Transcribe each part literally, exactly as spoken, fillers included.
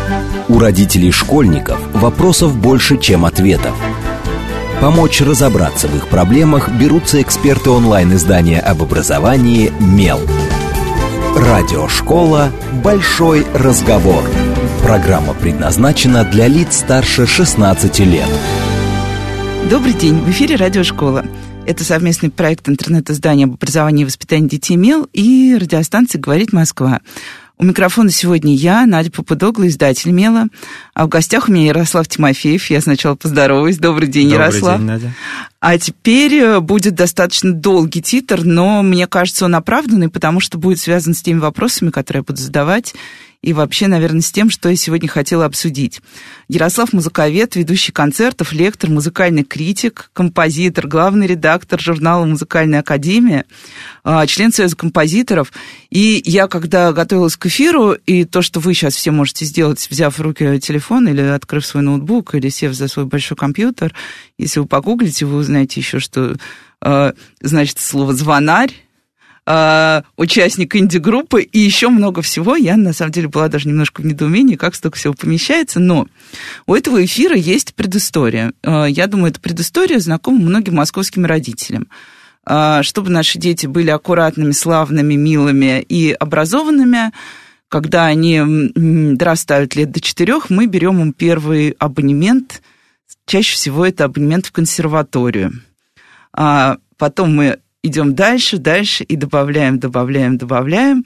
У родителей школьников вопросов больше, чем ответов. Помочь разобраться в их проблемах берутся эксперты онлайн-издания об образовании «Мел». Радиошкола «Большой разговор». Программа предназначена для лиц старше шестнадцати лет. Добрый день, в эфире Радиошкола. Это совместный проект интернет-издания об образовании и воспитании детей «Мел» и радиостанции «Говорит Москва». У микрофона сегодня я, Надя Попудогла, издатель «Мела». А в гостях у меня Ярослав Тимофеев. Я сначала поздороваюсь. Добрый день, Добрый Ярослав. Добрый день, Надя. А теперь будет достаточно долгий титр, но мне кажется, он оправданный, потому что будет связан с теми вопросами, которые я буду задавать, и вообще, наверное, с тем, что я сегодня хотела обсудить. Ярослав — музыковед, ведущий концертов, лектор, музыкальный критик, композитор, главный редактор журнала «Музыкальная академия», член Союза композиторов. И я, когда готовилась к эфиру, и то, что вы сейчас все можете сделать, взяв в руки телефон или открыв свой ноутбук, или сев за свой большой компьютер, если вы погуглите, вы узнаете еще, что значит слово «звонарь», участник инди-группы и еще много всего. Я, на самом деле, была даже немножко в недоумении, как столько всего помещается, но у этого эфира есть предыстория. Я думаю, эта предыстория знакома многим московским родителям. Чтобы наши дети были аккуратными, славными, милыми и образованными, когда они дорастают лет до четырех, мы берем им первый абонемент. Чаще всего это абонемент в консерваторию. Потом мы идем дальше, дальше и добавляем, добавляем, добавляем.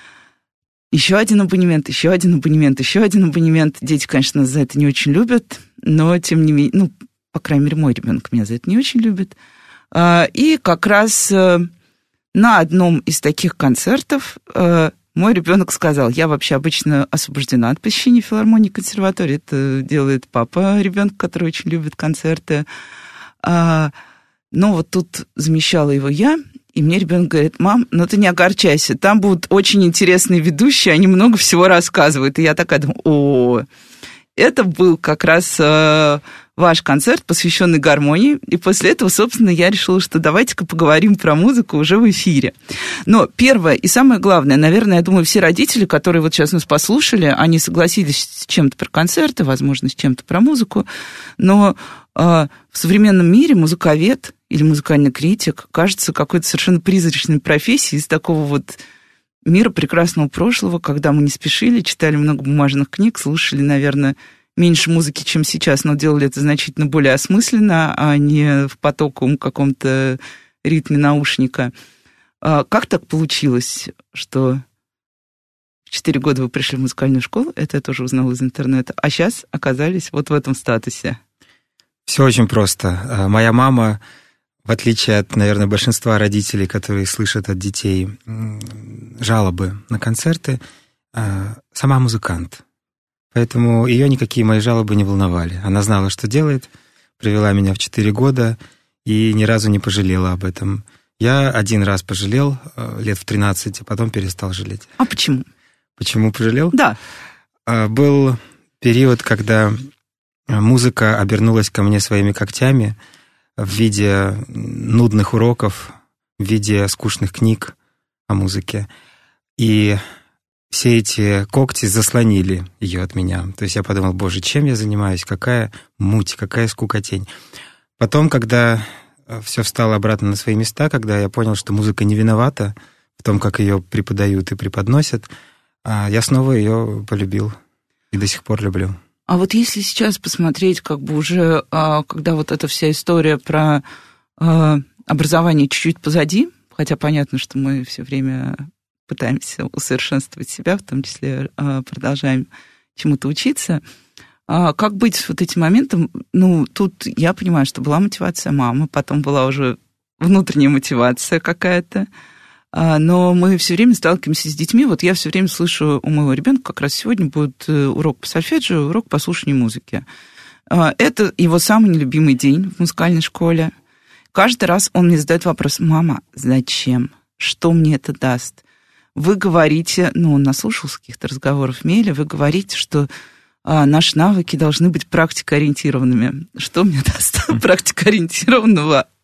Еще один абонемент, еще один абонемент, еще один абонемент. Дети, конечно, за это не очень любят, но тем не менее, ну, по крайней мере, мой ребенок меня за это не очень любит. И как раз на одном из таких концертов мой ребенок сказал: я вообще обычно освобождена от посещения филармонии и консерватории. Это делает папа ребенка, который очень любит концерты. Но вот тут замещала его я, и мне ребенок говорит: мам, ну ты не огорчайся, там будут очень интересные ведущие, они много всего рассказывают. И я такая думаю: о, это был как раз э, ваш концерт, посвященный гармонии. И после этого, собственно, я решила, что давайте-ка поговорим про музыку уже в эфире. Но первое и самое главное, наверное, я думаю, все родители, которые вот сейчас нас послушали, они согласились с чем-то про концерты, возможно, с чем-то про музыку, но э, в современном мире музыковед или музыкальный критик кажется какой-то совершенно призрачной профессией из такого вот мира прекрасного прошлого, когда мы не спешили, читали много бумажных книг, слушали, наверное, меньше музыки, чем сейчас, но делали это значительно более осмысленно, а не в потоковом каком-то ритме наушника. Как так получилось, что в четыре года вы пришли в музыкальную школу, это я тоже узнала из интернета, а сейчас оказались вот в этом статусе? Все очень просто. Моя мама, в отличие от, наверное, большинства родителей, которые слышат от детей жалобы на концерты, сама музыкант. Поэтому ее никакие мои жалобы не волновали. Она знала, что делает, привела меня в четыре года и ни разу не пожалела об этом. Я один раз пожалел, лет в тринадцать, а потом перестал жалеть. А почему? Почему пожалел? Да. Был период, когда музыка обернулась ко мне своими когтями в виде нудных уроков, в виде скучных книг о музыке. И все эти когти заслонили ее от меня. То есть я подумал: боже, чем я занимаюсь, какая муть, какая скукотень. Потом, когда все встало обратно на свои места, когда я понял, что музыка не виновата в том, как ее преподают и преподносят, я снова ее полюбил и до сих пор люблю. А вот если сейчас посмотреть, как бы уже, когда вот эта вся история про образование чуть-чуть позади, хотя понятно, что мы все время пытаемся усовершенствовать себя, в том числе продолжаем чему-то учиться, как быть с вот этим моментом? Ну, тут я понимаю, что была мотивация мамы, потом была уже внутренняя мотивация какая-то, но мы все время сталкиваемся с детьми. Вот я все время слышу у моего ребенка, как раз сегодня будет урок по сольфеджио, урок по слушанию музыки. Это его самый нелюбимый день в музыкальной школе. Каждый раз он мне задает вопрос: мама, зачем? Что мне это даст? Вы говорите, ну, он наслушался каких-то разговоров Меля, вы говорите, что а, наши навыки должны быть практикоориентированными. Что мне даст практикоориентированного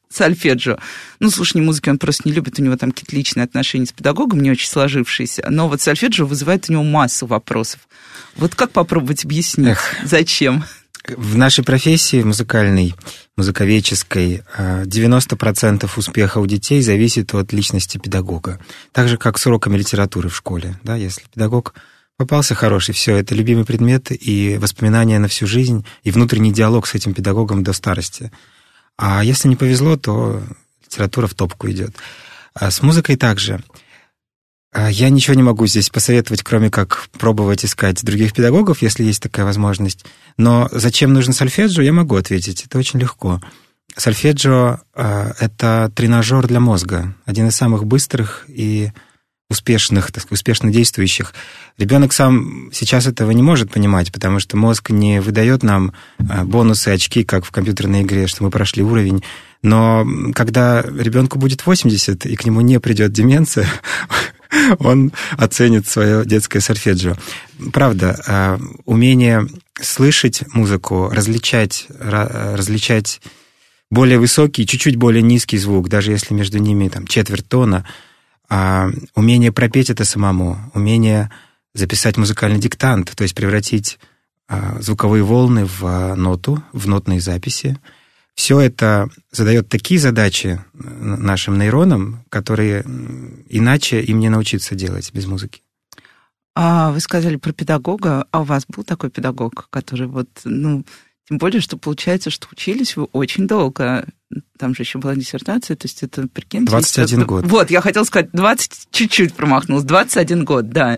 сольфеджио. Ну, слушание музыки он просто не любит, у него там какие-то личные отношения с педагогом, не очень сложившиеся. Но вот сольфеджио вызывает у него массу вопросов. Вот как попробовать объяснить, Эх. зачем? В нашей профессии музыкальной, музыковедческой, девяносто процентов успеха у детей зависит от личности педагога. Так же, как с уроками литературы в школе. Да? Если педагог попался хороший, все, это любимый предмет и воспоминания на всю жизнь, и внутренний диалог с этим педагогом до старости. А если не повезло, то литература в топку идет. А с музыкой также. Я ничего не могу здесь посоветовать, кроме как пробовать искать других педагогов, если есть такая возможность. Но зачем нужен сольфеджио, я могу ответить. Это очень легко. Сольфеджио — это тренажер для мозга. Один из самых быстрых и успешных, так сказать, успешно действующих. Ребенок сам сейчас этого не может понимать, потому что мозг не выдает нам бонусы, очки, как в компьютерной игре, что мы прошли уровень. Но когда ребенку будет восемьдесят, и к нему не придет деменция, он оценит свое детское сольфеджио. Правда, умение слышать музыку, различать, различать более высокий, чуть-чуть более низкий звук, даже если между ними там, четверть тона, а умение пропеть это самому, умение записать музыкальный диктант, то есть превратить а, звуковые волны в ноту, в нотные записи. Все это задает такие задачи нашим нейронам, которые иначе им не научиться делать без музыки. А вы сказали про педагога, а у вас был такой педагог, который вот, ну, тем более, что получается, что учились вы очень долго. Там же еще была диссертация, то есть это, прикиньте... двадцать один год. Вот, я хотела сказать, двадцать, чуть-чуть промахнулась, двадцать один год, да.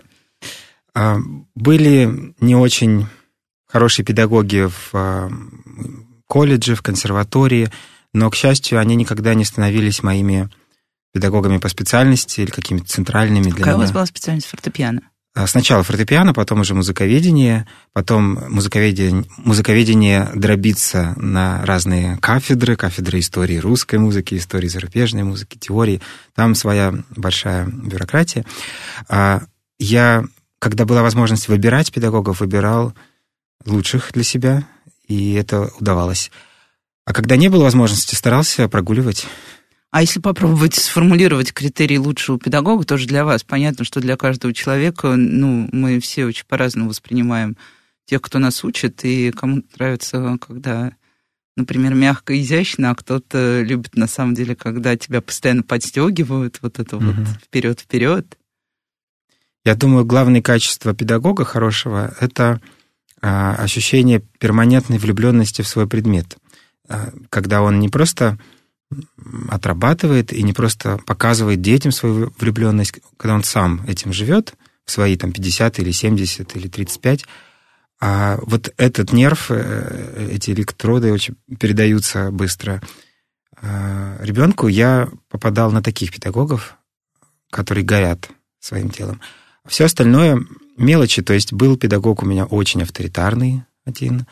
Были не очень хорошие педагоги в колледже, в консерватории, но, к счастью, они никогда не становились моими педагогами по специальности или какими-то центральными для меня. Какая у вас была специальность фортепиано? Сначала фортепиано, потом уже музыковедение, потом музыковедение, музыковедение дробится на разные кафедры, кафедры истории русской музыки, истории зарубежной музыки, теории. Там своя большая бюрократия. Я, когда была возможность выбирать педагогов, выбирал лучших для себя, и это удавалось. А когда не было возможности, старался прогуливать. А если попробовать сформулировать критерии лучшего педагога, тоже для вас понятно, что для каждого человека, ну, мы все очень по-разному воспринимаем тех, кто нас учит, и кому-то нравится, когда, например, мягко и изящно, а кто-то любит, на самом деле, когда тебя постоянно подстегивают, вот это угу. вот вперед-вперед. Я думаю, главное качество педагога хорошего — это а, ощущение перманентной влюбленности в свой предмет. А, когда он не просто отрабатывает и не просто показывает детям свою влюбленность, когда он сам этим живет в свои там, пятьдесят или семьдесят или тридцать пять, а вот этот нерв, эти электроды очень передаются быстро ребенку. Я попадал на таких педагогов, которые горят своим делом. Все остальное мелочи, то есть был педагог у меня очень авторитарный один,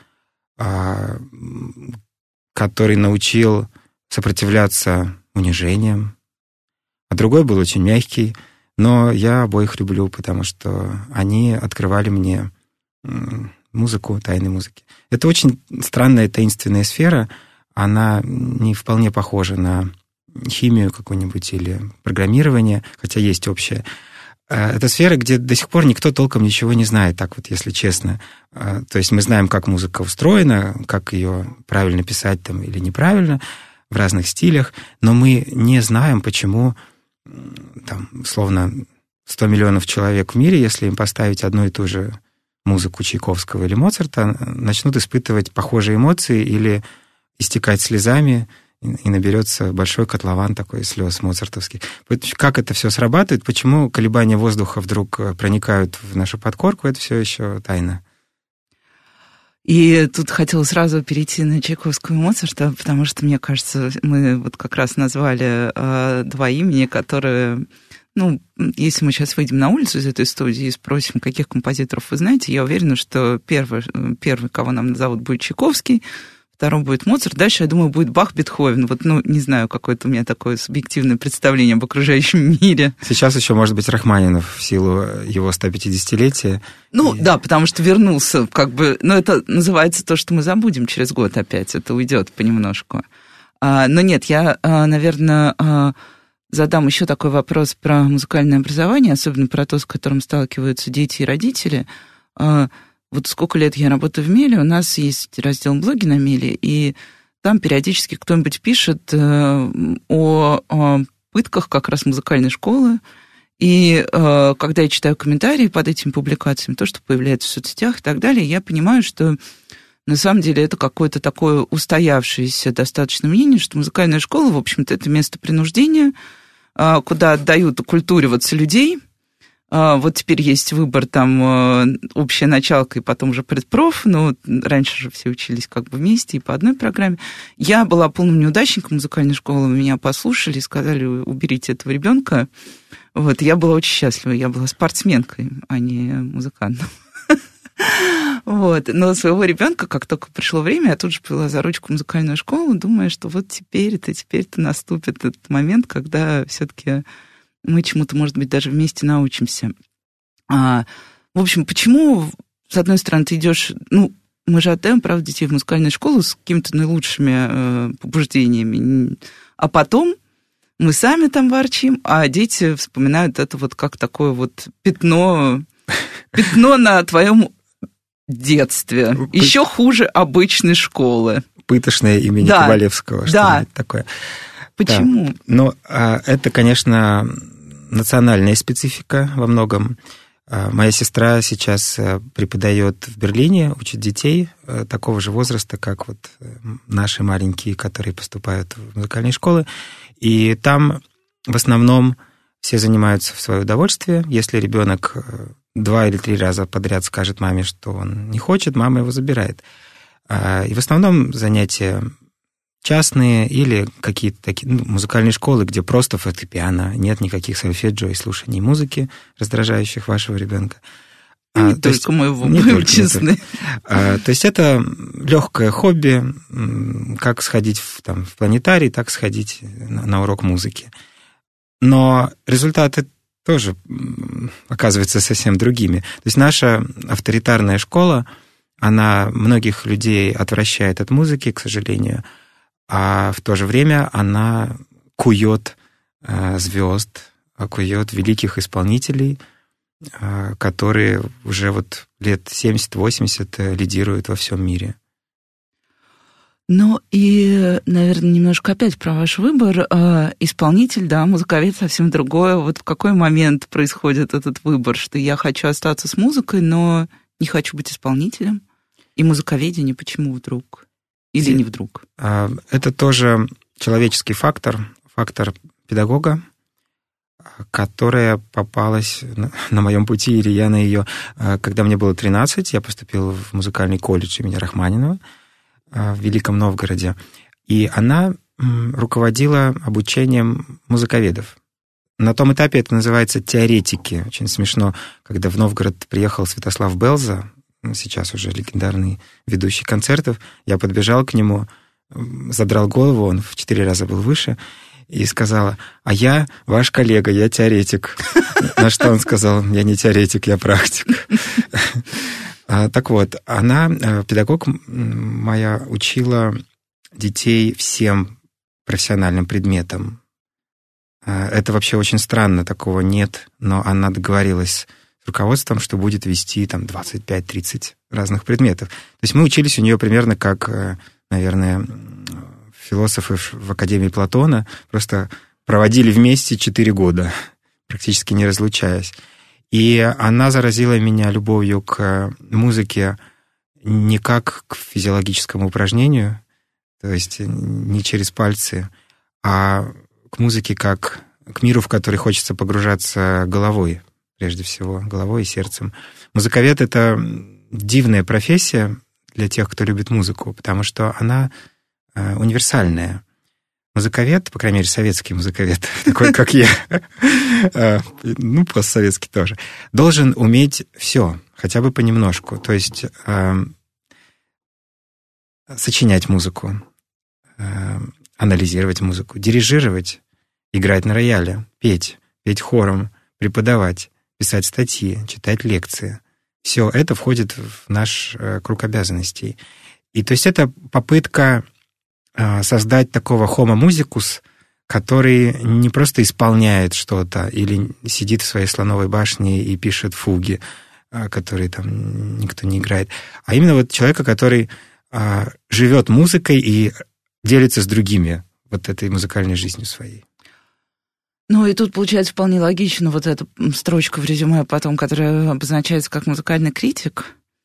который научил сопротивляться унижениям, а другой был очень мягкий, но я обоих люблю, потому что они открывали мне музыку, тайны музыки. Это очень странная таинственная сфера, она не вполне похожа на химию какую-нибудь или программирование, хотя есть общее. Это сфера, где до сих пор никто толком ничего не знает, так вот, если честно. То есть мы знаем, как музыка устроена, как ее правильно писать там, или неправильно, в разных стилях, но мы не знаем, почему, там, условно, сто миллионов человек в мире, если им поставить одну и ту же музыку Чайковского или Моцарта, начнут испытывать похожие эмоции или истекать слезами, и наберется большой котлован такой слез моцартовских. Как это все срабатывает, почему колебания воздуха вдруг проникают в нашу подкорку, это все еще тайна. И тут хотела сразу перейти на Чайковского и Моцарта, потому что, мне кажется, мы вот как раз назвали э, два имени, которые, ну, если мы сейчас выйдем на улицу из этой студии и спросим, каких композиторов вы знаете, я уверена, что первый, первый кого нам назовут, будет Чайковский, второй будет Моцарт, дальше, я думаю, будет Бах, Бетховен. Вот, ну, не знаю, какое-то у меня такое субъективное представление об окружающем мире. Сейчас еще, может быть, Рахманинов в силу его сто пятидесятилетия. Ну, и... да, потому что вернулся, как бы, ну, это называется то, что мы забудем через год опять, это уйдет понемножку. Но нет, я, наверное, задам еще такой вопрос про музыкальное образование, особенно про то, с которым сталкиваются дети и родители. Вот сколько лет я работаю в Меле, у нас есть раздел блоги на Меле, и там периодически кто-нибудь пишет о, о пытках как раз музыкальной школы. И э, когда я читаю комментарии под этими публикациями, то, что появляется в соцсетях и так далее, я понимаю, что на самом деле это какое-то такое устоявшееся достаточно мнение, что музыкальная школа, в общем-то, это место принуждения, э, куда отдают оккультуриваться людей. Э, вот теперь есть выбор, там, э, общая началка и потом уже предпроф, но раньше же все учились как бы вместе и по одной программе. Я была полным неудачником музыкальной школы, меня послушали и сказали, уберите этого ребенка. Вот, я была очень счастлива, я была спортсменкой, а не музыкантом. Вот, но своего ребенка, как только пришло время, я тут же повела за ручку в музыкальную школу, думая, что вот теперь-то, теперь-то наступит этот момент, когда все-таки мы чему-то, может быть, даже вместе научимся. А, в общем, почему, с одной стороны, ты идешь, ну, мы же отдаем, правда, детей в музыкальную школу с какими-то наилучшими э, побуждениями, а потом мы сами там ворчим, а дети вспоминают это вот как такое вот пятно, пятно на твоем детстве. Еще хуже обычной школы. Пытошное имени да. Ковалевского. Да. Такое. Почему? Да. Ну, это, конечно, национальная специфика во многом. Моя сестра сейчас преподает в Берлине, учит детей такого же возраста, как вот наши маленькие, которые поступают в музыкальные школы. И там в основном все занимаются в свое удовольствие. Если ребенок два или три раза подряд скажет маме, что он не хочет, мама его забирает. И в основном занятия частные или какие-то такие ну, музыкальные школы, где просто фортепиано, нет никаких сольфеджио и слушаний музыки, раздражающих вашего ребенка. Не а, только есть, моего, не будем честны. А, то есть это легкое хобби, как сходить в, там, в планетарий, так сходить на, на урок музыки. Но результаты тоже оказываются совсем другими. То есть наша авторитарная школа, она многих людей отвращает от музыки, к сожалению, а в то же время она кует звезд, кует великих исполнителей, которые уже вот лет семьдесят-восемьдесят лидируют во всем мире. Ну и, наверное, немножко опять про ваш выбор. Исполнитель, да, музыковед совсем другое. Вот в какой момент происходит этот выбор, что я хочу остаться с музыкой, но не хочу быть исполнителем? И музыковедение почему вдруг? Или не вдруг? Это тоже человеческий фактор, фактор педагога, которая попалась на моем пути, или я на ее. Когда мне было тринадцать, я поступил в музыкальный колледж имени Рахманинова в Великом Новгороде, и она руководила обучением музыковедов. На том этапе это называется теоретики. Очень смешно, когда в Новгород приехал Святослав Белза, сейчас уже легендарный ведущий концертов, я подбежал к нему, задрал голову, он в четыре раза был выше, и сказала: а я ваш коллега, я теоретик. На что он сказал: я не теоретик, я практик. Так вот, она, педагог моя, учила детей всем профессиональным предметам. Это вообще очень странно, такого нет, но она договорилась с руководством, что будет вести там двадцать пять тридцать разных предметов. То есть мы учились у нее примерно как, наверное, философы в Академии Платона, просто проводили вместе четыре года, практически не разлучаясь. И она заразила меня любовью к музыке не как к физиологическому упражнению, то есть не через пальцы, а к музыке как к миру, в который хочется погружаться головой, прежде всего, головой и сердцем. Музыковед — это дивная профессия для тех, кто любит музыку, потому что она универсальная. Музыковед, по крайней мере, советский музыковед, такой, как я, ну, постсоветский тоже, должен уметь все, хотя бы понемножку. То есть сочинять музыку, анализировать музыку, дирижировать, играть на рояле, петь, петь хором, преподавать, писать статьи, читать лекции. Все это входит в наш круг обязанностей. И то есть это попытка создать такого homo musicus, который не просто исполняет что-то или сидит в своей слоновой башне и пишет фуги, которые там никто не играет, а именно вот человека, который живет музыкой и делится с другими вот этой музыкальной жизнью своей. Ну, и тут получается вполне логично вот эта строчка в резюме потом, которая обозначается как музыкальный критик.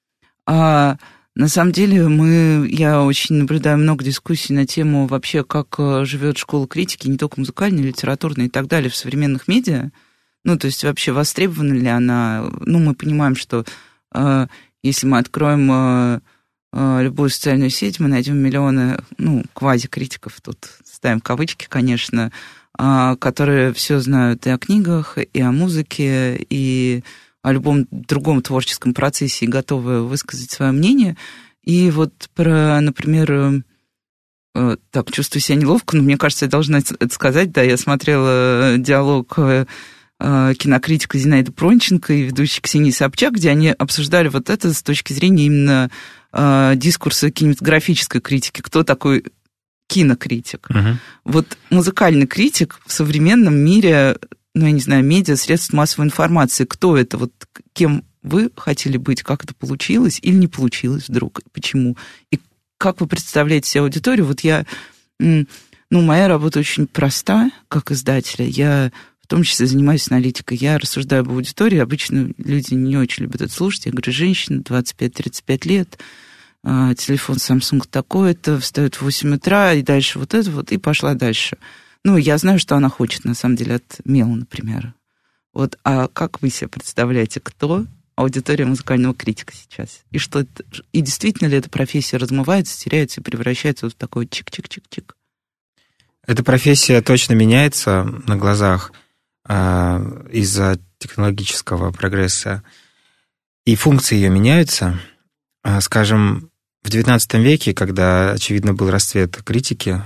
А на самом деле мы, я очень наблюдаю много дискуссий на тему вообще, как живет школа критики, не только музыкальной, литературной и так далее в современных медиа. Ну, то есть вообще востребована ли она? Ну, мы понимаем, что э, если мы откроем э, э, любую социальную сеть, мы найдем миллионы, ну, квази-критиков, тут ставим кавычки, конечно, э, которые все знают и о книгах, и о музыке, и о любом другом творческом процессе, и готовы высказать свое мнение. И вот про, например, э, так, чувствую себя неловко, но мне кажется, я должна это сказать, да, я смотрела диалог э, кинокритика Зинаиды Пронченко и ведущей Ксении Собчак, где они обсуждали вот это с точки зрения именно э, дискурса кинематографической критики. Кто такой кинокритик? Uh-huh. Вот музыкальный критик в современном мире, ну, я не знаю, медиа, средств массовой информации. Кто это? Вот кем вы хотели быть? Как это получилось или не получилось вдруг? Почему? И как вы представляете себе аудиторию? Вот я... Ну, моя работа очень проста, как издателя. Я в том числе занимаюсь аналитикой. Я рассуждаю об аудитории. Обычно люди не очень любят это слушать. Я говорю, женщина, двадцать пять тридцать пять лет, телефон Samsung такой-то, встает в восемь утра, и дальше вот это вот, и пошла дальше. Ну, я знаю, что она хочет, на самом деле, от мела, например. Вот, а как вы себе представляете, кто аудитория музыкального критика сейчас? И что это, и действительно ли эта профессия размывается, теряется и превращается вот в такой чик-чик-чик-чик? Эта профессия точно меняется на глазах э, из-за технологического прогресса, и функции ее меняются. Э, скажем, в девятнадцатом веке, когда, очевидно, был расцвет критики,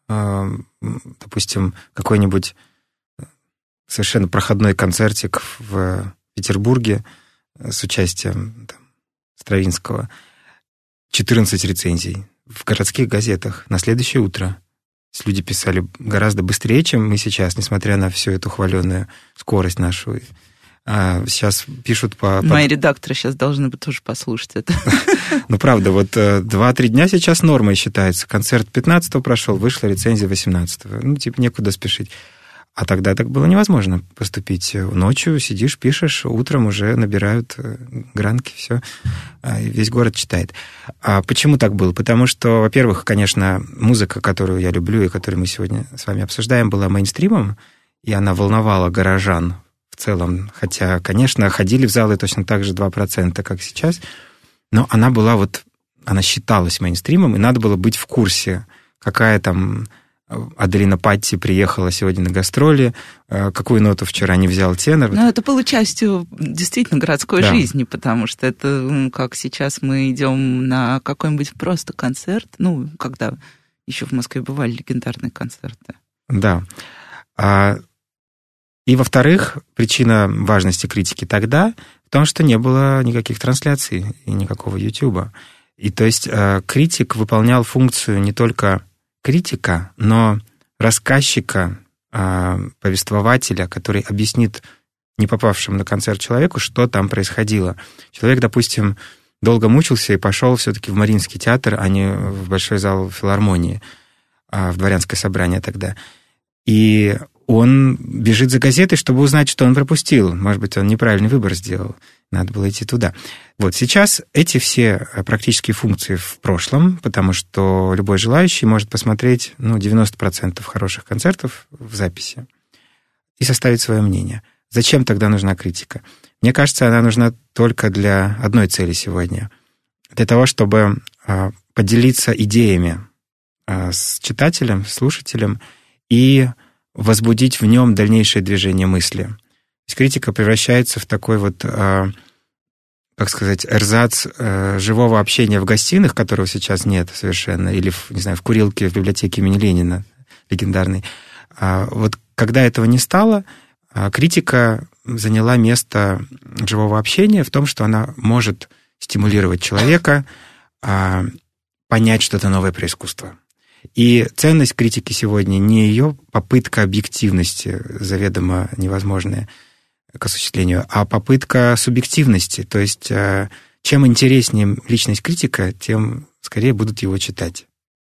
допустим, какой-нибудь совершенно проходной концертик в Петербурге с участием там, Стравинского, четырнадцать рецензий в городских газетах на следующее утро. Люди писали гораздо быстрее, чем мы сейчас, несмотря на всю эту хваленую скорость нашу. А сейчас пишут по... Мои редакторы сейчас должны бы тоже послушать это. Ну, правда, вот два-три дня сейчас нормой считается. Концерт пятнадцатого прошел, вышла рецензия восемнадцатого. Ну, типа, некуда спешить. А тогда так было невозможно поступить. Ночью сидишь, пишешь, утром уже набирают гранки, все, и весь город читает. А почему так было? Потому что, во-первых, конечно, музыка, которую я люблю и которую мы сегодня с вами обсуждаем, была мейнстримом, и она волновала горожан в целом. Хотя, конечно, ходили в залы точно так же два процента, как сейчас, но она была вот, она считалась мейнстримом, и надо было быть в курсе, какая там Аделина Патти приехала сегодня на гастроли, какую ноту вчера не взял тенор. Ну, это было частью действительно городской да. жизни, потому что это, как сейчас мы идем на какой-нибудь просто концерт, ну, когда еще в Москве бывали легендарные концерты. Да. И, во-вторых, причина важности критики тогда в том, что не было никаких трансляций и никакого Ютуба. И то есть критик выполнял функцию не только критика, но рассказчика, повествователя, который объяснит не попавшему на концерт человеку, что там происходило. Человек, допустим, долго мучился и пошел все-таки в Мариинский театр, а не в Большой зал филармонии, в Дворянское собрание тогда. И он бежит за газетой, чтобы узнать, что он пропустил. Может быть, он неправильный выбор сделал. Надо было идти туда. Вот сейчас эти все практические функции в прошлом, потому что любой желающий может посмотреть ну, девяносто процентов хороших концертов в записи и составить свое мнение. Зачем тогда нужна критика? Мне кажется, она нужна только для одной цели сегодня. Для того, чтобы поделиться идеями с читателем, слушателем и возбудить в нем дальнейшее движение мысли. То есть критика превращается в такой вот, как сказать, эрзац живого общения в гостиных, которого сейчас нет совершенно, или, в, не знаю, в курилке в библиотеке имени Ленина, легендарной. Вот когда этого не стало, критика заняла место живого общения в том, что она может стимулировать человека понять что-то новое про искусство. И ценность критики сегодня не ее попытка объективности, заведомо невозможная к осуществлению, а попытка субъективности. То есть, чем интереснее личность критика, тем скорее будут его читать.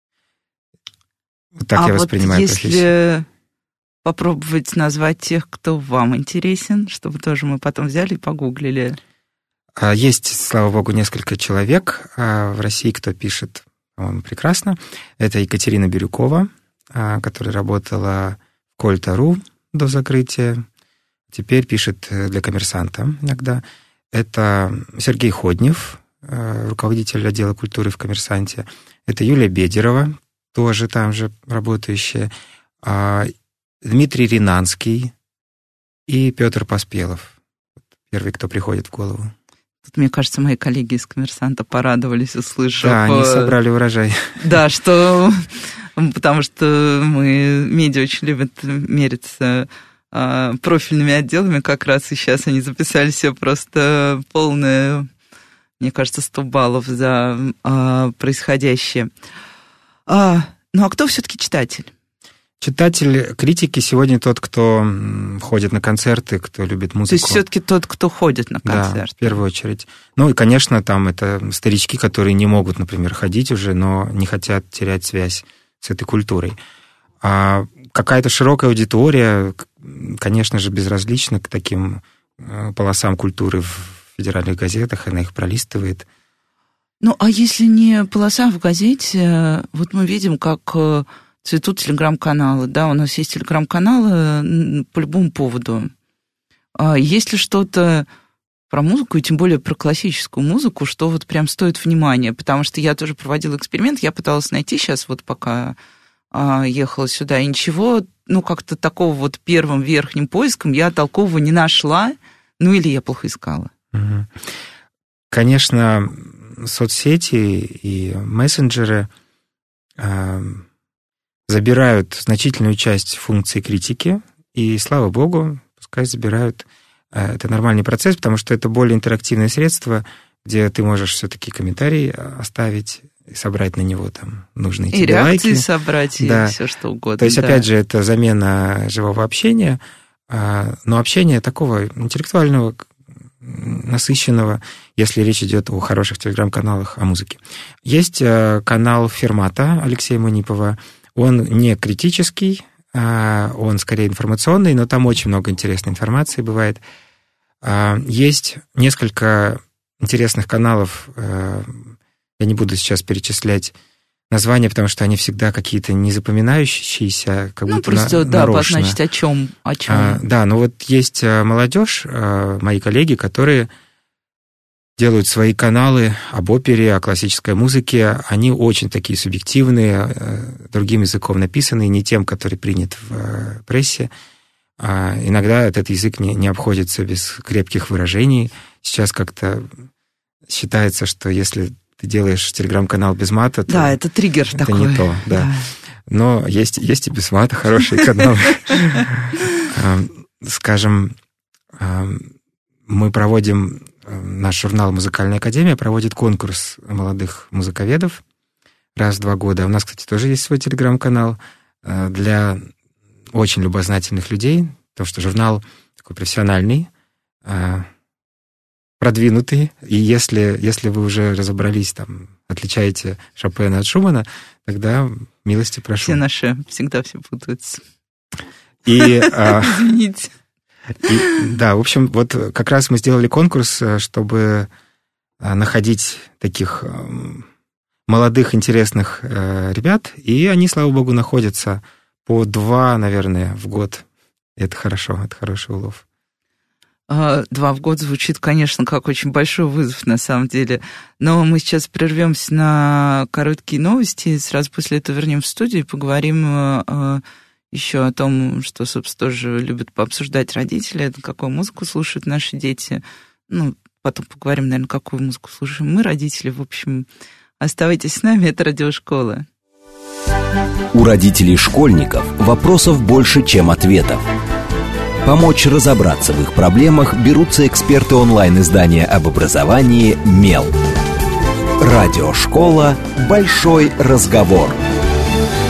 Вот так а я воспринимаю вот профессию. Если попробовать назвать тех, кто вам интересен, чтобы тоже мы потом взяли и погуглили. Есть, слава богу, несколько человек в России, кто пишет, по-моему, прекрасно. Это Екатерина Бирюкова, которая работала в Кольта.ру до закрытия. Теперь пишет для «Коммерсанта» иногда. Это Сергей Ходнев, руководитель отдела культуры в «Коммерсанте». Это Юлия Бедерова, тоже там же работающая. Дмитрий Ринанский и Петр Поспелов. Первый, кто приходит в голову. Тут, мне кажется, мои коллеги из «Коммерсанта» порадовались, услышав... Да, они собрали урожай. Да, что... Потому что мы, медиа, очень любят мериться профильными отделами как раз, и сейчас они записали себе просто полное, мне кажется, сто баллов за происходящее. Ну, а кто все-таки читатель? Читатель критики сегодня тот, кто ходит на концерты, кто любит музыку. То есть все-таки тот, кто ходит на концерты. Да, в первую очередь. Ну и, конечно, там это старички, которые не могут, например, ходить уже, но не хотят терять связь с этой культурой. А какая-то широкая аудитория, конечно же, безразлична к таким полосам культуры в федеральных газетах, она их пролистывает. Ну, а если не полоса в газете, вот мы видим, как... цветут телеграм-каналы, да, у нас есть телеграм-каналы по любому поводу. А есть ли что-то про музыку, и тем более про классическую музыку, что вот прям стоит внимания? Потому что я тоже проводила эксперимент, я пыталась найти сейчас, вот пока а, ехала сюда, и ничего, ну, как-то такого вот первым верхним поиском я толкового не нашла, ну, или я плохо искала. Угу. Конечно, соцсети и мессенджеры... Э- забирают значительную часть функций критики, и, слава богу, пускай забирают. Это нормальный процесс, потому что это более интерактивное средство, где ты можешь все-таки комментарий оставить и собрать на него там нужные тебе лайки. И реакции собрать, да. И все что угодно. То есть, да. опять же, это замена живого общения, но общения такого интеллектуального, насыщенного, если речь идет о хороших телеграм-каналах о музыке. Есть канал Фермата Алексея Манипова. Он не критический, он скорее информационный, но там очень много интересной информации бывает. Есть несколько интересных каналов, я не буду сейчас перечислять названия, потому что они всегда какие-то незапоминающиеся, как ну, будто просто, на, да, нарочно. обозначить, о чем, о чем. А, да, но вот есть молодежь, мои коллеги, которые делают свои каналы об опере, о классической музыке. Они очень такие субъективные, другим языком написанные, не тем, который принят в прессе. А иногда этот язык не, не обходится без крепких выражений. Сейчас как-то считается, что если ты делаешь телеграм-канал без мата, то да, это триггер это такой. не то. Да. Да. Но есть, есть и без мата хорошие каналы. Скажем, мы проводим... Наш журнал «Музыкальная академия» проводит конкурс молодых музыковедов раз в два года. У нас, кстати, тоже есть свой телеграм-канал для очень любознательных людей, потому что журнал такой профессиональный, продвинутый, и если, если вы уже разобрались, там, отличаете Шопена от Шумана, тогда милости прошу. Все наши всегда все путаются. И, Извините. И, да, в общем, вот как раз мы сделали конкурс, чтобы находить таких молодых, интересных ребят, и они, слава богу, находятся по два, наверное, в год. И это хорошо, это хороший улов. Два в год звучит, конечно, как очень большой вызов, на самом деле. Но мы сейчас прервемся на короткие новости, и сразу после этого вернемся в студию и поговорим еще о том, что, собственно, тоже любят пообсуждать родители, какую музыку слушают наши дети. Ну, потом поговорим, наверное, какую музыку слушаем мы, родители. В общем, оставайтесь с нами, это Радиошкола. У родителей школьников вопросов больше, чем ответов. Помочь разобраться в их проблемах берутся эксперты онлайн-издания об образовании «Мел». Радиошкола «Большой разговор».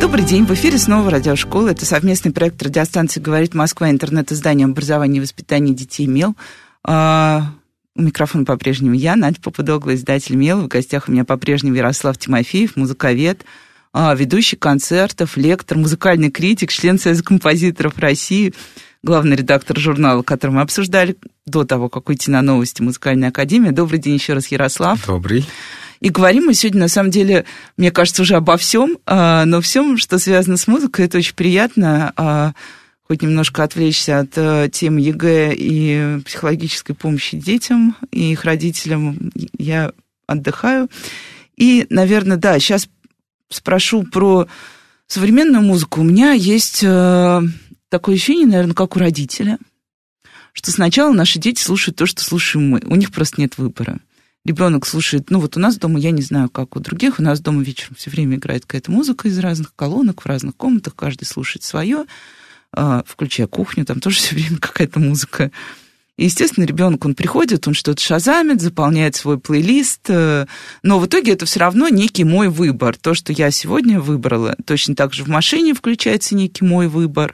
Добрый день, в эфире снова радиошкола. Это совместный проект радиостанции «Говорит Москва», интернет-издание образования и воспитания детей «Мел». А, у микрофона по-прежнему я, Надя Попудогла, издатель «Мел». В гостях у меня по-прежнему Ярослав Тимофеев, музыковед, а, ведущий концертов, лектор, музыкальный критик, член Союза композиторов России, главный редактор журнала, который мы обсуждали до того, как уйти на новости «Музыкальная академия». Добрый день еще раз, Ярослав. Добрый. И говорим мы сегодня, на самом деле, мне кажется, уже обо всем, но всем, что связано с музыкой, это очень приятно, хоть немножко отвлечься от темы ЕГЭ и психологической помощи детям и их родителям. Я отдыхаю. И, наверное, да, сейчас спрошу про современную музыку. У меня есть такое ощущение, наверное, как у родителя, что сначала наши дети слушают то, что слушаем мы. У них просто нет выбора. Ребенок слушает, ну вот у нас дома, я не знаю, как у других, у нас дома вечером все время играет какая-то музыка из разных колонок, в разных комнатах, каждый слушает свое, включая кухню, там тоже все время какая-то музыка. И, естественно, ребенок, он приходит, он что-то шазамит, заполняет свой плейлист, но в итоге это все равно некий мой выбор. То, что я сегодня выбрала, точно так же в машине включается некий мой выбор,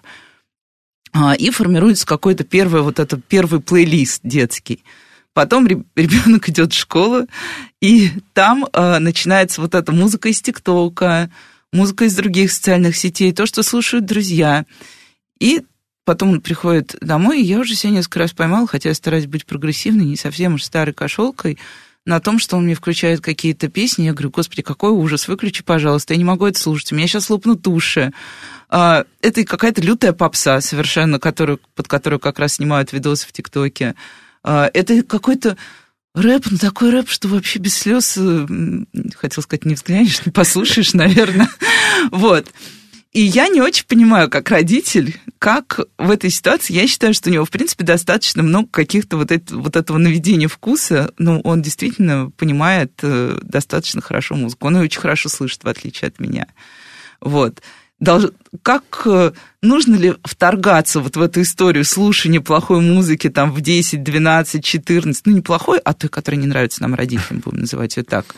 и формируется какой-то первый, вот этот первый плейлист детский. Потом ребенок идет в школу, и там э, начинается вот эта музыка из ТикТока, музыка из других социальных сетей, то, что слушают друзья. И потом он приходит домой, и я уже себя несколько раз поймала, хотя я стараюсь быть прогрессивной, не совсем уж старой кошелкой, на том, что он мне включает какие-то песни. Я говорю: господи, какой ужас, выключи, пожалуйста, я не могу это слушать, у меня сейчас лопнут уши. Э, это какая-то лютая попса совершенно, которую, под которую как раз снимают видосы в ТикТоке. Это какой-то рэп, ну такой рэп, что вообще без слез, хотел сказать, не взглянешь, не послушаешь, наверное. Вот. И я не очень понимаю, как родитель, как в этой ситуации, я считаю, что у него, в принципе, достаточно много каких-то вот, это, вот этого наведения вкуса, ну, он действительно понимает достаточно хорошо музыку, он ее очень хорошо слышит, в отличие от меня. Вот. Долж... Как нужно ли вторгаться вот в эту историю слушания плохой музыки там в десять, двенадцать, четырнадцать, ну не плохой, а той, которая не нравится нам родителям, будем называть ее так.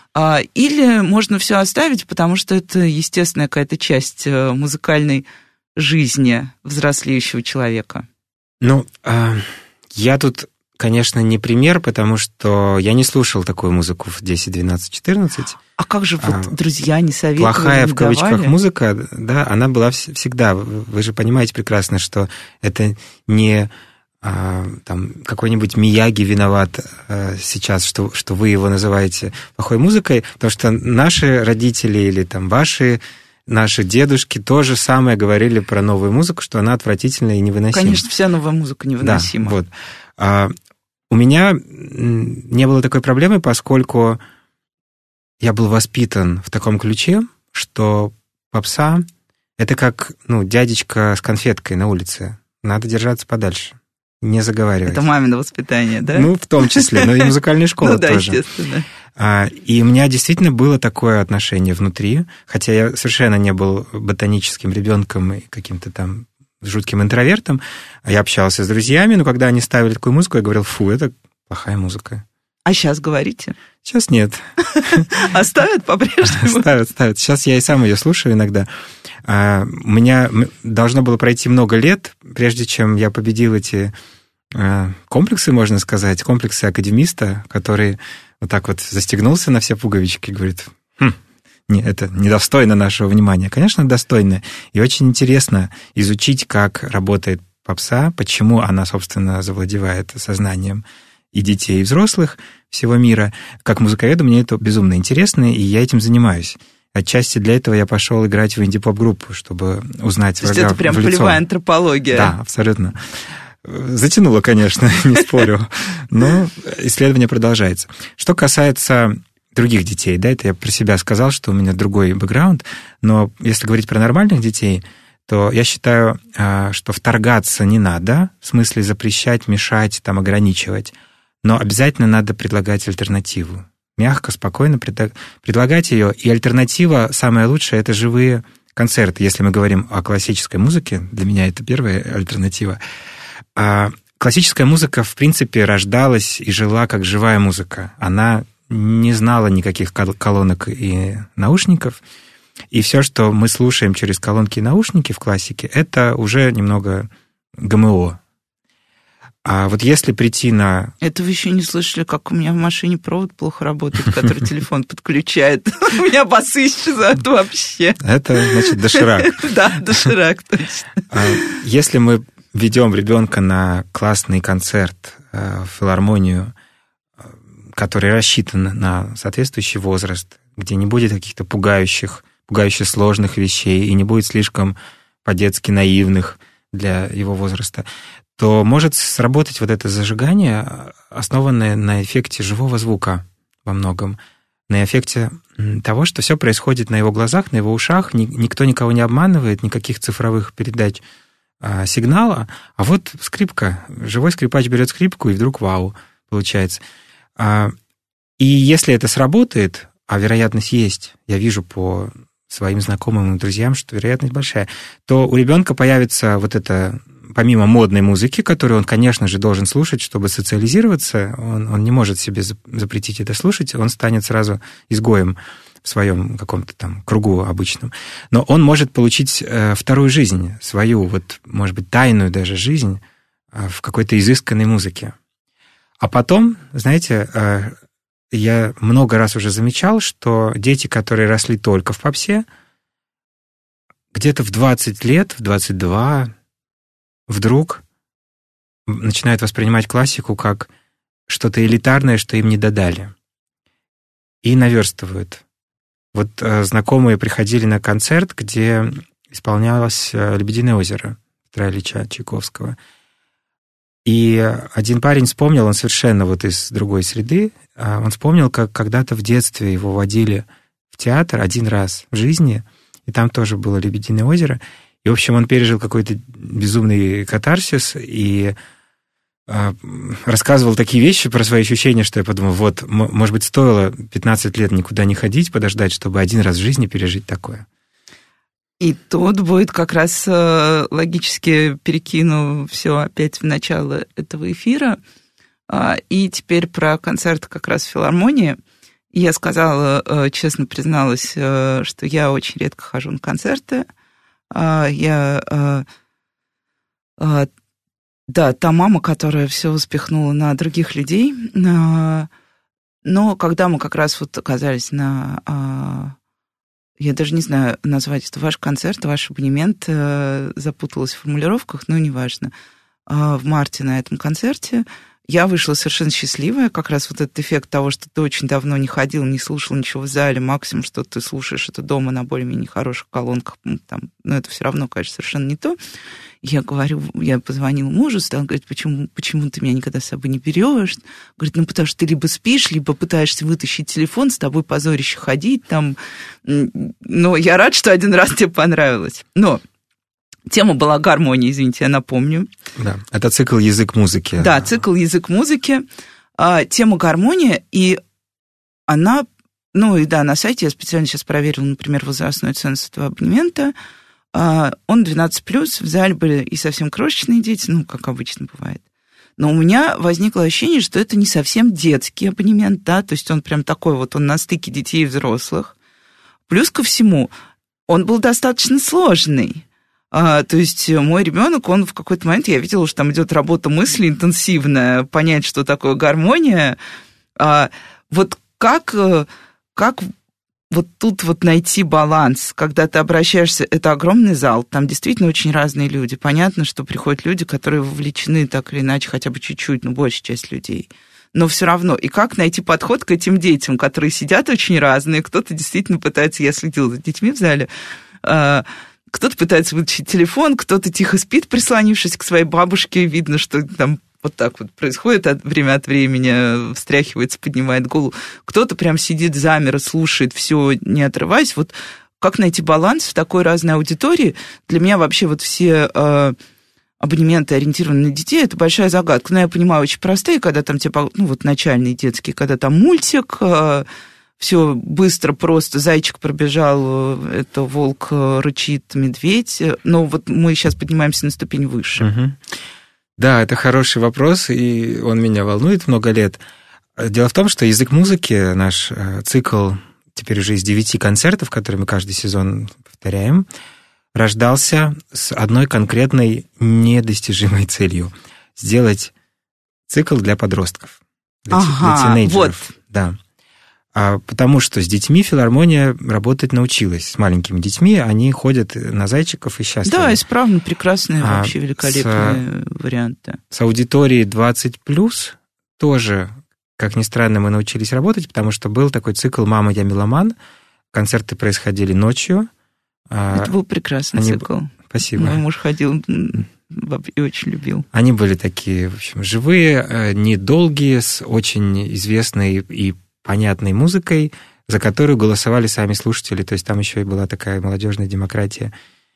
Или можно все оставить, потому что это естественная какая-то часть музыкальной жизни взрослеющего человека. Ну, я тут, конечно, не пример, потому что я не слушал такую музыку в десять, двенадцать, четырнадцать. А как же вот а, друзья не советовали, плохая, не в кавычках, давали? Музыка, да, она была всегда. Вы же понимаете прекрасно, что это не а, там, какой-нибудь Мияги виноват а, сейчас, что, что вы его называете плохой музыкой, потому что наши родители или там ваши, наши дедушки то же самое говорили про новую музыку, что она отвратительная и невыносима. Конечно, вся новая музыка невыносима. Да, вот. А, у меня не было такой проблемы, поскольку я был воспитан в таком ключе, что попса — это как, ну, дядечка с конфеткой на улице. Надо держаться подальше, не заговаривать. Это мамино воспитание, да? Ну, в том числе, но и музыкальная школа тоже. Ну да, естественно. И у меня действительно было такое отношение внутри, хотя я совершенно не был ботаническим ребенком и каким-то там жутким интровертом. Я общался с друзьями, но когда они ставили такую музыку, я говорил: фу, это плохая музыка. А сейчас говорите? Сейчас нет. Оставят по-прежнему? Ставят, ставят. Сейчас я и сам ее слушаю иногда. У меня должно было пройти много лет, прежде чем я победил эти комплексы, можно сказать, комплексы академиста, который вот так вот застегнулся на все пуговички и говорит: хм, не, это недостойно нашего внимания. Конечно, достойно. И очень интересно изучить, как работает попса, почему она, собственно, завладевает сознанием и детей, и взрослых всего мира. Как музыковеду мне это безумно интересно, и я этим занимаюсь. Отчасти для этого я пошел играть в инди-поп-группу, чтобы узнать врага в лицо. То есть это прям полевая антропология. Да, абсолютно. Затянуло, конечно, не спорю, но исследование продолжается. Что касается других детей, да, это я про себя сказал, что у меня другой бэкграунд, но если говорить про нормальных детей, то я считаю, что вторгаться не надо, в смысле запрещать, мешать, там, ограничивать, но обязательно надо предлагать альтернативу. Мягко, спокойно предлагать ее. И альтернатива, самая лучшая, это живые концерты. Если мы говорим о классической музыке, для меня это первая альтернатива. А классическая музыка, в принципе, рождалась и жила как живая музыка. Она не знала никаких колонок и наушников. И все, что мы слушаем через колонки и наушники в классике, это уже немного ГМО. А вот если прийти на... Это вы еще не слышали, как у меня в машине провод плохо работает, который телефон подключает. У меня басы исчезают вообще. Это, значит, доширак. Да, доширак, точно. Если мы ведем ребенка на классный концерт в филармонию, который рассчитан на соответствующий возраст, где не будет каких-то пугающих, пугающе сложных вещей и не будет слишком по-детски наивных для его возраста, то может сработать вот это зажигание, основанное на эффекте живого звука во многом, на эффекте того, что все происходит на его глазах, на его ушах, никто никого не обманывает, никаких цифровых передач а, сигнала, а вот скрипка, живой скрипач берет скрипку, и вдруг вау, получается. А, и если это сработает, а вероятность есть, я вижу по своим знакомым и друзьям, что вероятность большая, то у ребенка появится вот это... Помимо модной музыки, которую он, конечно же, должен слушать, чтобы социализироваться, он, он не может себе запретить это слушать, он станет сразу изгоем в своем каком-то там кругу обычном. Но он может получить вторую жизнь, свою, вот, может быть, тайную даже жизнь в какой-то изысканной музыке. А потом, знаете, я много раз уже замечал, что дети, которые росли только в попсе, где-то в двадцать лет, в двадцать два, вдруг начинают воспринимать классику как что-то элитарное, что им не додали. И наверстывают. Вот э, знакомые приходили на концерт, где исполнялось «Лебединое озеро» Петра Ильича Чайковского. И один парень вспомнил, он совершенно вот из другой среды, он вспомнил, как когда-то в детстве его водили в театр один раз в жизни, и там тоже было «Лебединое озеро». И, в общем, он пережил какой-то безумный катарсис и э, рассказывал такие вещи про свои ощущения, что я подумал, вот, м- может быть, стоило пятнадцать лет никуда не ходить, подождать, чтобы один раз в жизни пережить такое. И тут будет как раз э, логически перекину все опять в начало этого эфира. Э, и теперь про концерт как раз в филармонии. Я сказала, э, честно призналась, э, что я очень редко хожу на концерты. Я, да, та мама, которая все успехнула на других людей, но когда мы как раз вот оказались на, я даже не знаю назвать это ваш концерт, ваш абонемент, запуталась в формулировках, но неважно, в марте на этом концерте я вышла совершенно счастливая, как раз вот этот эффект того, что ты очень давно не ходил, не слушал ничего в зале, максимум, что ты слушаешь это дома на более-менее хороших колонках, там, но это все равно, конечно, совершенно не то. Я говорю, я позвонила мужу, стала говорить, почему, почему ты меня никогда с собой не берешь? Говорит, ну, потому что ты либо спишь, либо пытаешься вытащить телефон, с тобой позорище ходить, там. Но я рад, что один раз тебе понравилось. Но тема была гармония, извините, я напомню. Да, это цикл «Язык музыки». Да, цикл «Язык музыки». А, тема гармония, и она, ну и да, на сайте я специально сейчас проверила, например, возрастную ценность этого абонемента. А, он двенадцать плюс, в зале были и совсем крошечные дети, ну, как обычно бывает. Но у меня возникло ощущение, что это не совсем детский абонемент, да, то есть он прям такой вот, он на стыке детей и взрослых. Плюс ко всему, он был достаточно сложный. А, то есть мой ребенок, он в какой-то момент, я видела, что там идет работа мысли интенсивная, понять, что такое гармония. А, вот как, как вот тут вот найти баланс, когда ты обращаешься, это огромный зал, там действительно очень разные люди. Понятно, что приходят люди, которые вовлечены так или иначе, хотя бы чуть-чуть, но большая часть людей. Но все равно, и как найти подход к этим детям, которые сидят очень разные, кто-то действительно пытается, я следила за детьми в зале, кто-то пытается вытащить телефон, кто-то тихо спит, прислонившись к своей бабушке. Видно, что там вот так вот происходит от, время от времени, встряхивается, поднимает голову. Кто-то прям сидит замер, слушает все, не отрываясь. Вот как найти баланс в такой разной аудитории? Для меня вообще вот все э, абонементы, ориентированные на детей, это большая загадка. Но я понимаю, очень простые, когда там типа, ну вот начальные детские, когда там мультик... Э, все быстро, просто зайчик пробежал, это волк рычит, медведь. Но вот мы сейчас поднимаемся на ступень выше. Угу. Да, это хороший вопрос, и он меня волнует много лет. Дело в том, что язык музыки, наш цикл теперь уже из девяти концертов, которые мы каждый сезон повторяем, рождался с одной конкретной недостижимой целью – сделать цикл для подростков, для, ага, для тинейджеров. Вот. Да. А потому что с детьми филармония работать научилась. С маленькими детьми они ходят на зайчиков и счастливы. Да, исправно, прекрасные, а вообще великолепные с, варианты. С аудиторией двадцать плюс тоже, как ни странно, мы научились работать, потому что был такой цикл «Мама, я меломан». Концерты происходили ночью. Это был прекрасный они... цикл. Спасибо. Мой муж ходил и очень любил. Они были такие, в общем, живые, недолгие, с очень известной и понятной музыкой, за которую голосовали сами слушатели, то есть там еще и была такая молодежная демократия.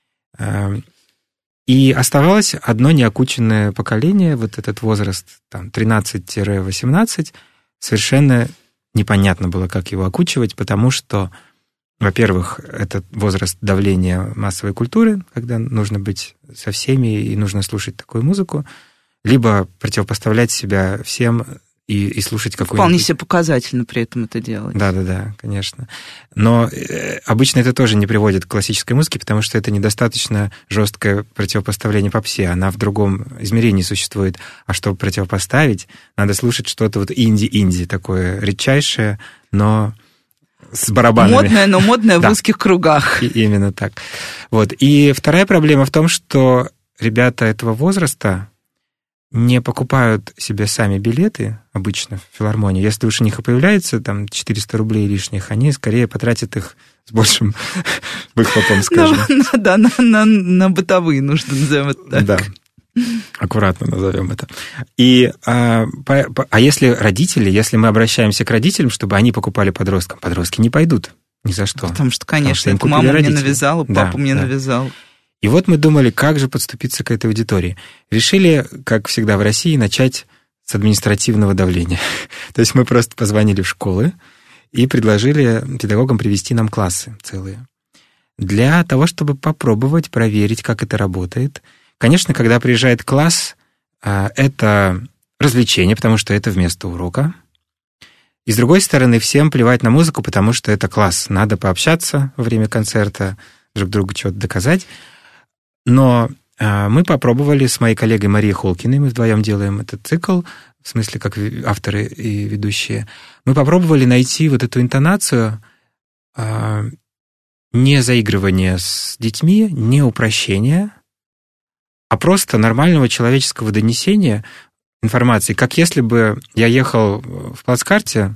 И оставалось одно неокученное поколение, вот этот возраст там, тринадцать-восемнадцать, совершенно непонятно было, как его окучивать, потому что, во-первых, это возраст давления массовой культуры, когда нужно быть со всеми и нужно слушать такую музыку, либо противопоставлять себя всем и, и слушать какую-нибудь... Вполне себе показательно при этом это делать. Да-да-да, конечно. Но э, обычно это тоже не приводит к классической музыке, потому что это недостаточно жесткое противопоставление попсе. Она в другом измерении существует. А чтобы противопоставить, надо слушать что-то вот инди-инди, такое редчайшее, но с барабанами. Модное, но модное в узких кругах. И, именно так. Вот. И вторая проблема в том, что ребята этого возраста не покупают себе сами билеты обычно в филармонию. Если уж у них и появляется там четыреста рублей лишних, они скорее потратят их с большим выхлопом, скажем. Да, на, на, на бытовые нужды, назовем это так. Да, аккуратно назовем это. И, а, по, а если родители, если мы обращаемся к родителям, чтобы они покупали подросткам, подростки не пойдут ни за что. Потому что, конечно, Потому что мама родители. мне навязала, папа да, мне да. навязал. И вот мы думали, как же подступиться к этой аудитории. Решили, как всегда в России, начать с административного давления. То есть мы просто позвонили в школы и предложили педагогам привести нам классы целые. Для того, чтобы попробовать проверить, как это работает. Конечно, когда приезжает класс, это развлечение, потому что это вместо урока. И с другой стороны, всем плевать на музыку, потому что это класс. Надо пообщаться во время концерта, друг другу что-то доказать. Но э, мы попробовали с моей коллегой Марией Холкиной, мы вдвоем делаем этот цикл, в смысле, как авторы и ведущие, мы попробовали найти вот эту интонацию э, не заигрывания с детьми, не упрощения, а просто нормального человеческого донесения информации, как если бы я ехал в плацкарте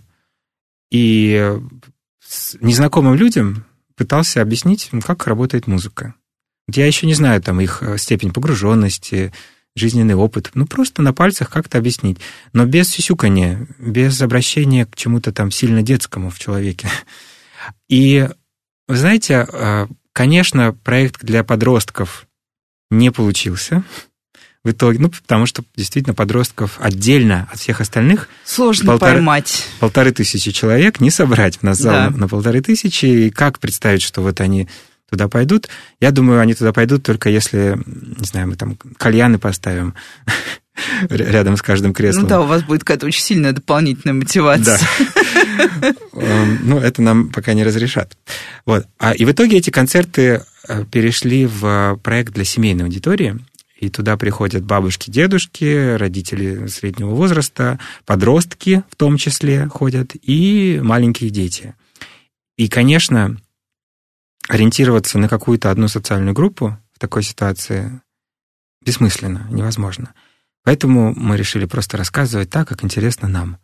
и с незнакомым людям пытался объяснить, как работает музыка. Я еще не знаю там их степень погруженности, жизненный опыт. Ну, просто на пальцах как-то объяснить. Но без сюсюканья, без обращения к чему-то там сильно детскому в человеке. И, вы знаете, конечно, проект для подростков не получился в итоге. Ну, потому что действительно подростков отдельно от всех остальных сложно полторы, поймать. Полторы тысячи человек не собрать. У нас зал да. на, на полторы тысячи. И как представить, что вот они туда пойдут? Я думаю, они туда пойдут только если, не знаю, мы там кальяны поставим рядом с каждым креслом. Ну да, у вас будет какая-то очень сильная дополнительная мотивация. Да. Ну, это нам пока не разрешат. Вот. И в итоге эти концерты перешли в проект для семейной аудитории. И туда приходят бабушки, дедушки, родители среднего возраста, подростки в том числе ходят, и маленькие дети. И, конечно, ориентироваться на какую-то одну социальную группу в такой ситуации бессмысленно, невозможно. Поэтому мы решили просто рассказывать так, как интересно нам.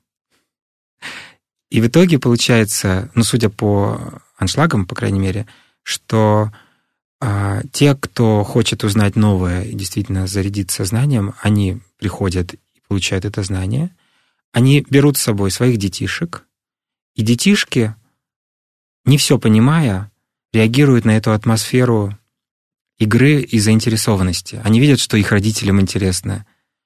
И в итоге получается, ну, судя по аншлагам, по крайней мере, что а, те, кто хочет узнать новое и действительно зарядиться знанием, они приходят и получают это знание, они берут с собой своих детишек, и детишки, не все понимая, реагируют на эту атмосферу игры и заинтересованности. Они видят, что их родителям интересно.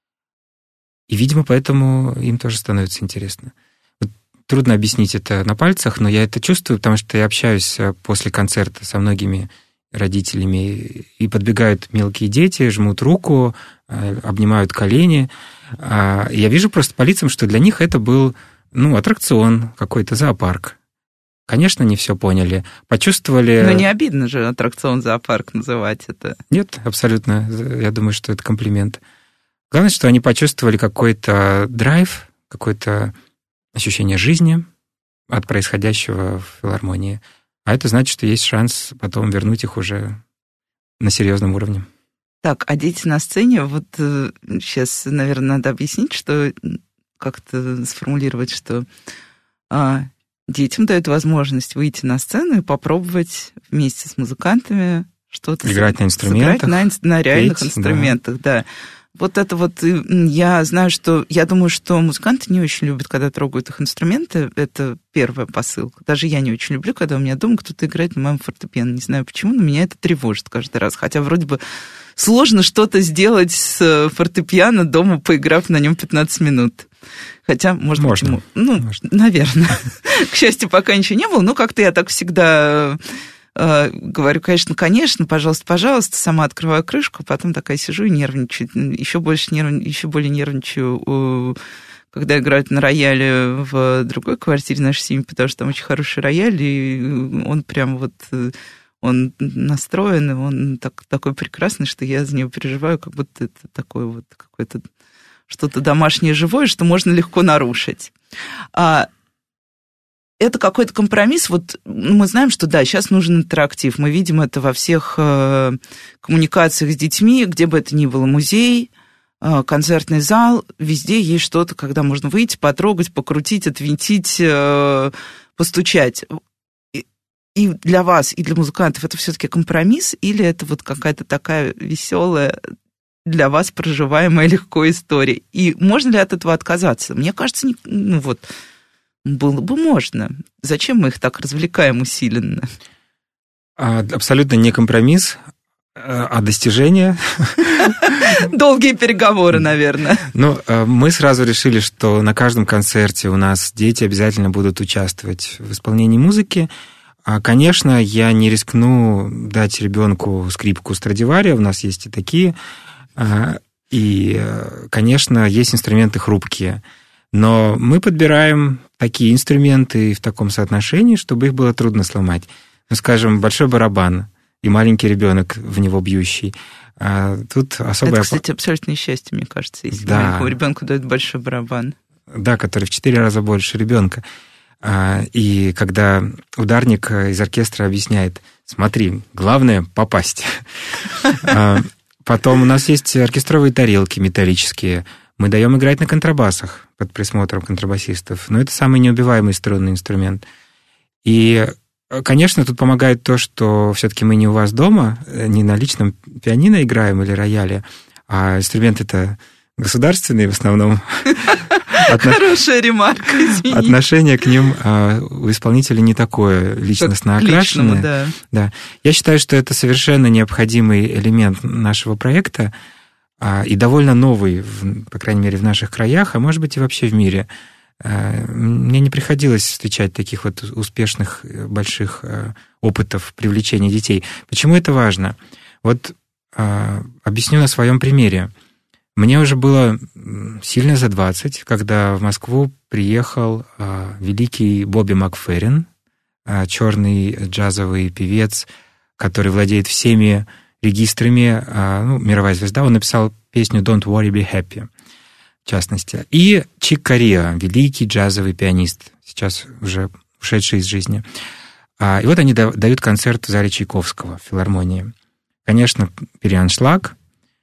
И, видимо, поэтому им тоже становится интересно. Вот трудно объяснить это на пальцах, но я это чувствую, потому что я общаюсь после концерта со многими родителями, и подбегают мелкие дети, жмут руку, обнимают колени. Я вижу просто по лицам, что для них это был, ну, аттракцион, какой-то зоопарк. Конечно, не все поняли. Почувствовали... Но не обидно же аттракцион зоопарк называть это. Нет, абсолютно. Я думаю, что это комплимент. Главное, что они почувствовали какой-то драйв, какое-то ощущение жизни от происходящего в филармонии. А это значит, что есть шанс потом вернуть их уже на серьезном уровне. Так, а дети на сцене, вот сейчас, наверное, надо объяснить, что как-то сформулировать, что а, детям дают возможность выйти на сцену и попробовать вместе с музыкантами что-то... Играть на инструментах. Играть на, на реальных петь, инструментах, да. да. Вот это вот, я знаю, что, я думаю, что музыканты не очень любят, когда трогают их инструменты, это первая посылка. Даже я не очень люблю, когда у меня дома кто-то играет на моем фортепиано. Не знаю почему, но меня это тревожит каждый раз. Хотя вроде бы сложно что-то сделать с фортепиано дома, поиграв на нем пятнадцать минут. Хотя, может быть, ему... ну, Можно. наверное. К счастью, пока ничего не было, но как-то я так всегда... Говорю, конечно, конечно, пожалуйста, пожалуйста, сама открываю крышку, потом такая сижу и нервничаю, еще больше нерв... еще более нервничаю, когда играют на рояле в другой квартире нашей семьи, потому что там очень хороший рояль, и он прям вот, он настроен, и он так, такой прекрасный, что я за него переживаю, как будто это такое вот какое-то что-то домашнее живое, что можно легко нарушить. Это какой-то компромисс. Вот мы знаем, что да, сейчас нужен интерактив. Мы видим это во всех э, коммуникациях с детьми, где бы это ни было, музей, э, концертный зал, везде есть что-то, когда можно выйти, потрогать, покрутить, отвинтить, э, постучать. И, и для вас, и для музыкантов это все-таки компромисс, или это вот какая-то такая веселая, для вас проживаемая легко история? И можно ли от этого отказаться? Мне кажется, не, ну вот... Было бы можно. Зачем мы их так развлекаем усиленно? Абсолютно не компромисс, а достижение. Долгие переговоры, наверное. Ну, мы сразу решили, что на каждом концерте у нас дети обязательно будут участвовать в исполнении музыки. Конечно, я не рискну дать ребенку скрипку Страдивари, у нас есть и такие. И, конечно, есть инструменты хрупкие. Но мы подбираем такие инструменты в таком соотношении, чтобы их было трудно сломать. Ну, скажем, большой барабан и маленький ребенок в него бьющий. А тут особое... Это, кстати, абсолютное счастье, мне кажется, если да. маленькому ребенку дают большой барабан. Да, который в четыре раза больше ребенка. И когда ударник из оркестра объясняет, смотри, главное — попасть. Потом у нас есть оркестровые тарелки металлические. Мы даем играть на контрабасах под присмотром контрабасистов. Но это самый неубиваемый струнный инструмент. И, конечно, тут помогает то, что все-таки мы не у вас дома, не на личном пианино играем или рояле, а инструменты-то государственные в основном. Хорошая ремарка, извини. Отношение к ним у исполнителя не такое личностно окрашенное. Да. Да. Я считаю, что это совершенно необходимый элемент нашего проекта, и довольно новый, по крайней мере, в наших краях, а может быть и вообще в мире. Мне не приходилось встречать таких вот успешных, больших опытов привлечения детей. Почему это важно? Вот объясню на своем примере. Мне уже было сильно за двадцать, когда в Москву приехал великий Бобби Макферрин, черный джазовый певец, который владеет всеми регистрами, ну, мировая звезда. Он написал песню «Don't worry, be happy», в частности. И Чик Кориа, великий джазовый пианист, сейчас уже ушедший из жизни. И вот они дают концерт в зале Чайковского в филармонии. Конечно, переаншлаг.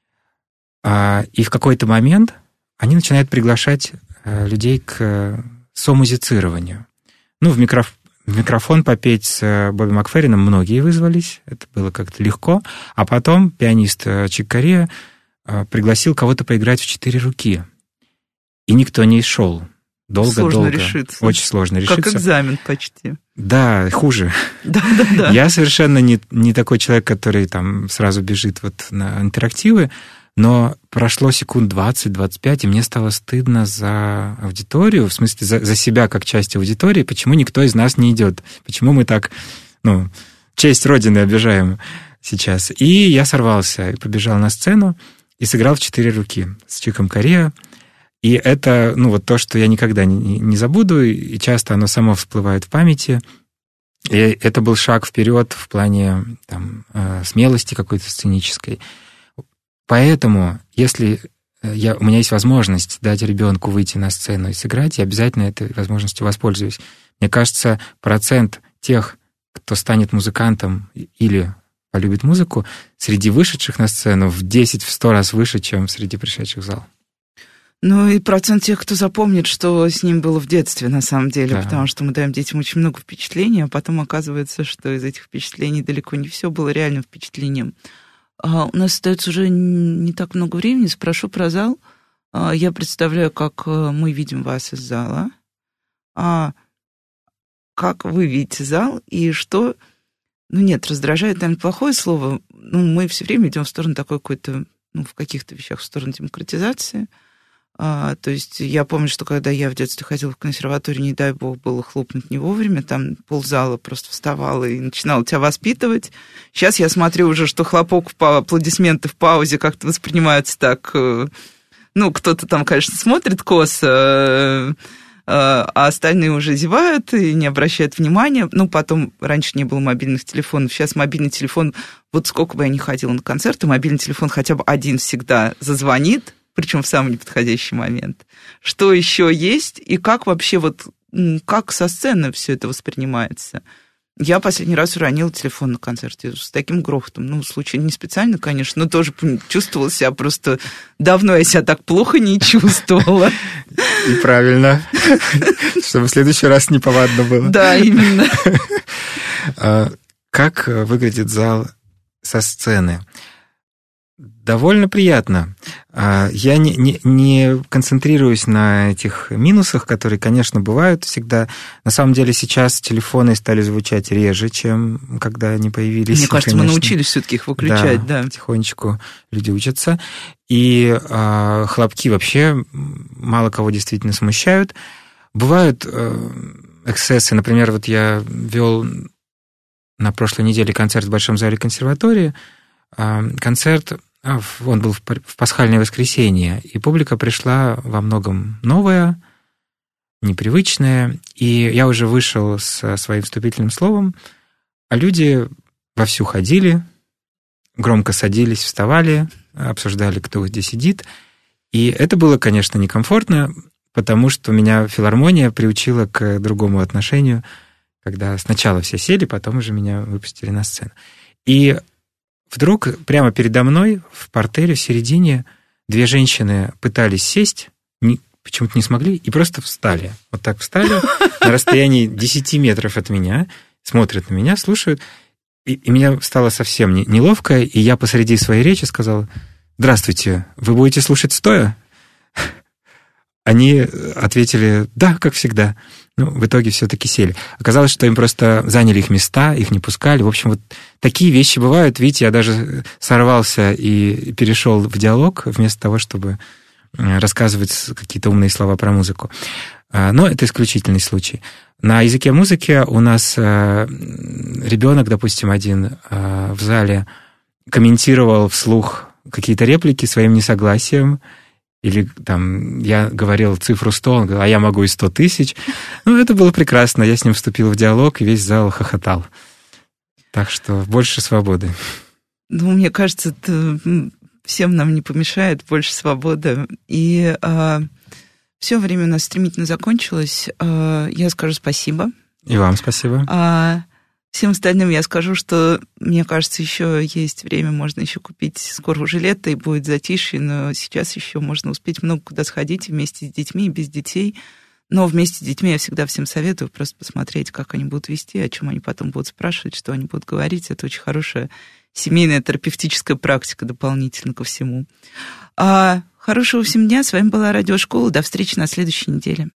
И в какой-то момент они начинают приглашать людей к сомузицированию. Ну, в микрофон. В микрофон попеть с Бобби Макферрином многие вызвались, это было как-то легко. А потом пианист Чик Кориа пригласил кого-то поиграть в четыре руки. И никто не шел. Долго-долго. Сложно решиться. Очень сложно решиться. Как экзамен почти. Да, хуже. Да, да, да. Я совершенно не, не такой человек, который там сразу бежит вот на интерактивы, но прошло секунд двадцать-двадцать пять, и мне стало стыдно за аудиторию, в смысле за, за себя как часть аудитории, почему никто из нас не идет, почему мы так, ну, честь Родины обижаем сейчас. И я сорвался и побежал на сцену и сыграл в четыре руки с Чиком Кориа. И это, ну, вот то, что я никогда не, не забуду, и часто оно само всплывает в памяти. И это был шаг вперед в плане там, смелости какой-то сценической. Поэтому, если я, у меня есть возможность дать ребенку выйти на сцену и сыграть, я обязательно этой возможностью воспользуюсь. Мне кажется, процент тех, кто станет музыкантом или полюбит музыку, среди вышедших на сцену в десять, в сто раз выше, чем среди пришедших в зал. Ну и процент тех, кто запомнит, что с ним было в детстве, на самом деле, да. Потому что мы даем детям очень много впечатлений, а потом оказывается, что из этих впечатлений далеко не все было реальным впечатлением. А у нас остается уже не так много времени. Спрошу про зал. А я представляю, как мы видим вас из зала. А как вы видите зал и что... Ну нет, раздражает, наверное, плохое слово. Ну, мы все время идем в сторону такой какой-то, ну, в каких-то вещах в сторону демократизации. А, то есть я помню, что когда я в детстве ходила в консерваторию, не дай бог было хлопнуть не вовремя, там ползала просто вставала и начинала тебя воспитывать. Сейчас я смотрю уже, что хлопок, аплодисменты в паузе как-то воспринимаются так... Ну, кто-то там, конечно, смотрит косо, а остальные уже зевают и не обращают внимания. Ну, потом, раньше не было мобильных телефонов, сейчас мобильный телефон, вот сколько бы я ни ходила на концерты, мобильный телефон хотя бы один всегда зазвонит, причем в самый неподходящий момент. Что еще есть и как вообще вот, как со сцены все это воспринимается? Я последний раз уронила телефон на концерте с таким грохотом. Ну, случай не специально, конечно, но тоже чувствовала себя просто... Давно я себя так плохо не чувствовала. И правильно, чтобы в следующий раз неповадно было. Да, именно. Как выглядит зал со сцены? Довольно приятно. Я не, не, не концентрируюсь на этих минусах, которые, конечно, бывают всегда. На самом деле сейчас телефоны стали звучать реже, чем когда они появились. Мне кажется, конечно. Мы научились все-таки их выключать. Да, да. Потихонечку люди учатся. И а, хлопки вообще мало кого действительно смущают. Бывают а, эксцессы. Например, вот я вел на прошлой неделе концерт в Большом зале консерватории. А, концерт... Он был в пасхальное воскресенье, и публика пришла во многом новая, непривычная, и я уже вышел со своим вступительным словом, а люди вовсю ходили, громко садились, вставали, обсуждали, кто где сидит, и это было, конечно, некомфортно, потому что меня филармония приучила к другому отношению, когда сначала все сели, потом уже меня выпустили на сцену. И вдруг прямо передо мной в партере в середине две женщины пытались сесть, не, почему-то не смогли, и просто встали. Вот так встали на расстоянии десяти метров от меня, смотрят на меня, слушают. И, и мне стало совсем не, неловко, и я посреди своей речи сказал: «Здравствуйте, вы будете слушать стоя?» Они ответили: «Да, как всегда». Ну, в итоге все-таки сели. Оказалось, что им просто заняли их места, их не пускали. В общем, вот такие вещи бывают. Видите, я даже сорвался и перешел в диалог вместо того, чтобы рассказывать какие-то умные слова про музыку. Но это исключительный случай. На языке музыки у нас ребенок, допустим, один в зале комментировал вслух какие-то реплики своим несогласием. Или там я говорил цифру сто, он говорил: а я могу и сто тысяч. Ну, это было прекрасно. Я с ним вступил в диалог, и весь зал хохотал. Так что больше свободы. Ну, мне кажется, это всем нам не помешает больше свободы. И а, все время у нас стремительно закончилось. А, я скажу спасибо. И вам спасибо. А, всем остальным я скажу, что, мне кажется, еще есть время, можно еще купить скоро уже лето, и будет затишье, но сейчас еще можно успеть много куда сходить вместе с детьми и без детей. Но вместе с детьми я всегда всем советую просто посмотреть, как они будут вести, о чем они потом будут спрашивать, что они будут говорить. Это очень хорошая семейная терапевтическая практика дополнительно ко всему. А, хорошего всем дня. С вами была Радиошкола. До встречи на следующей неделе.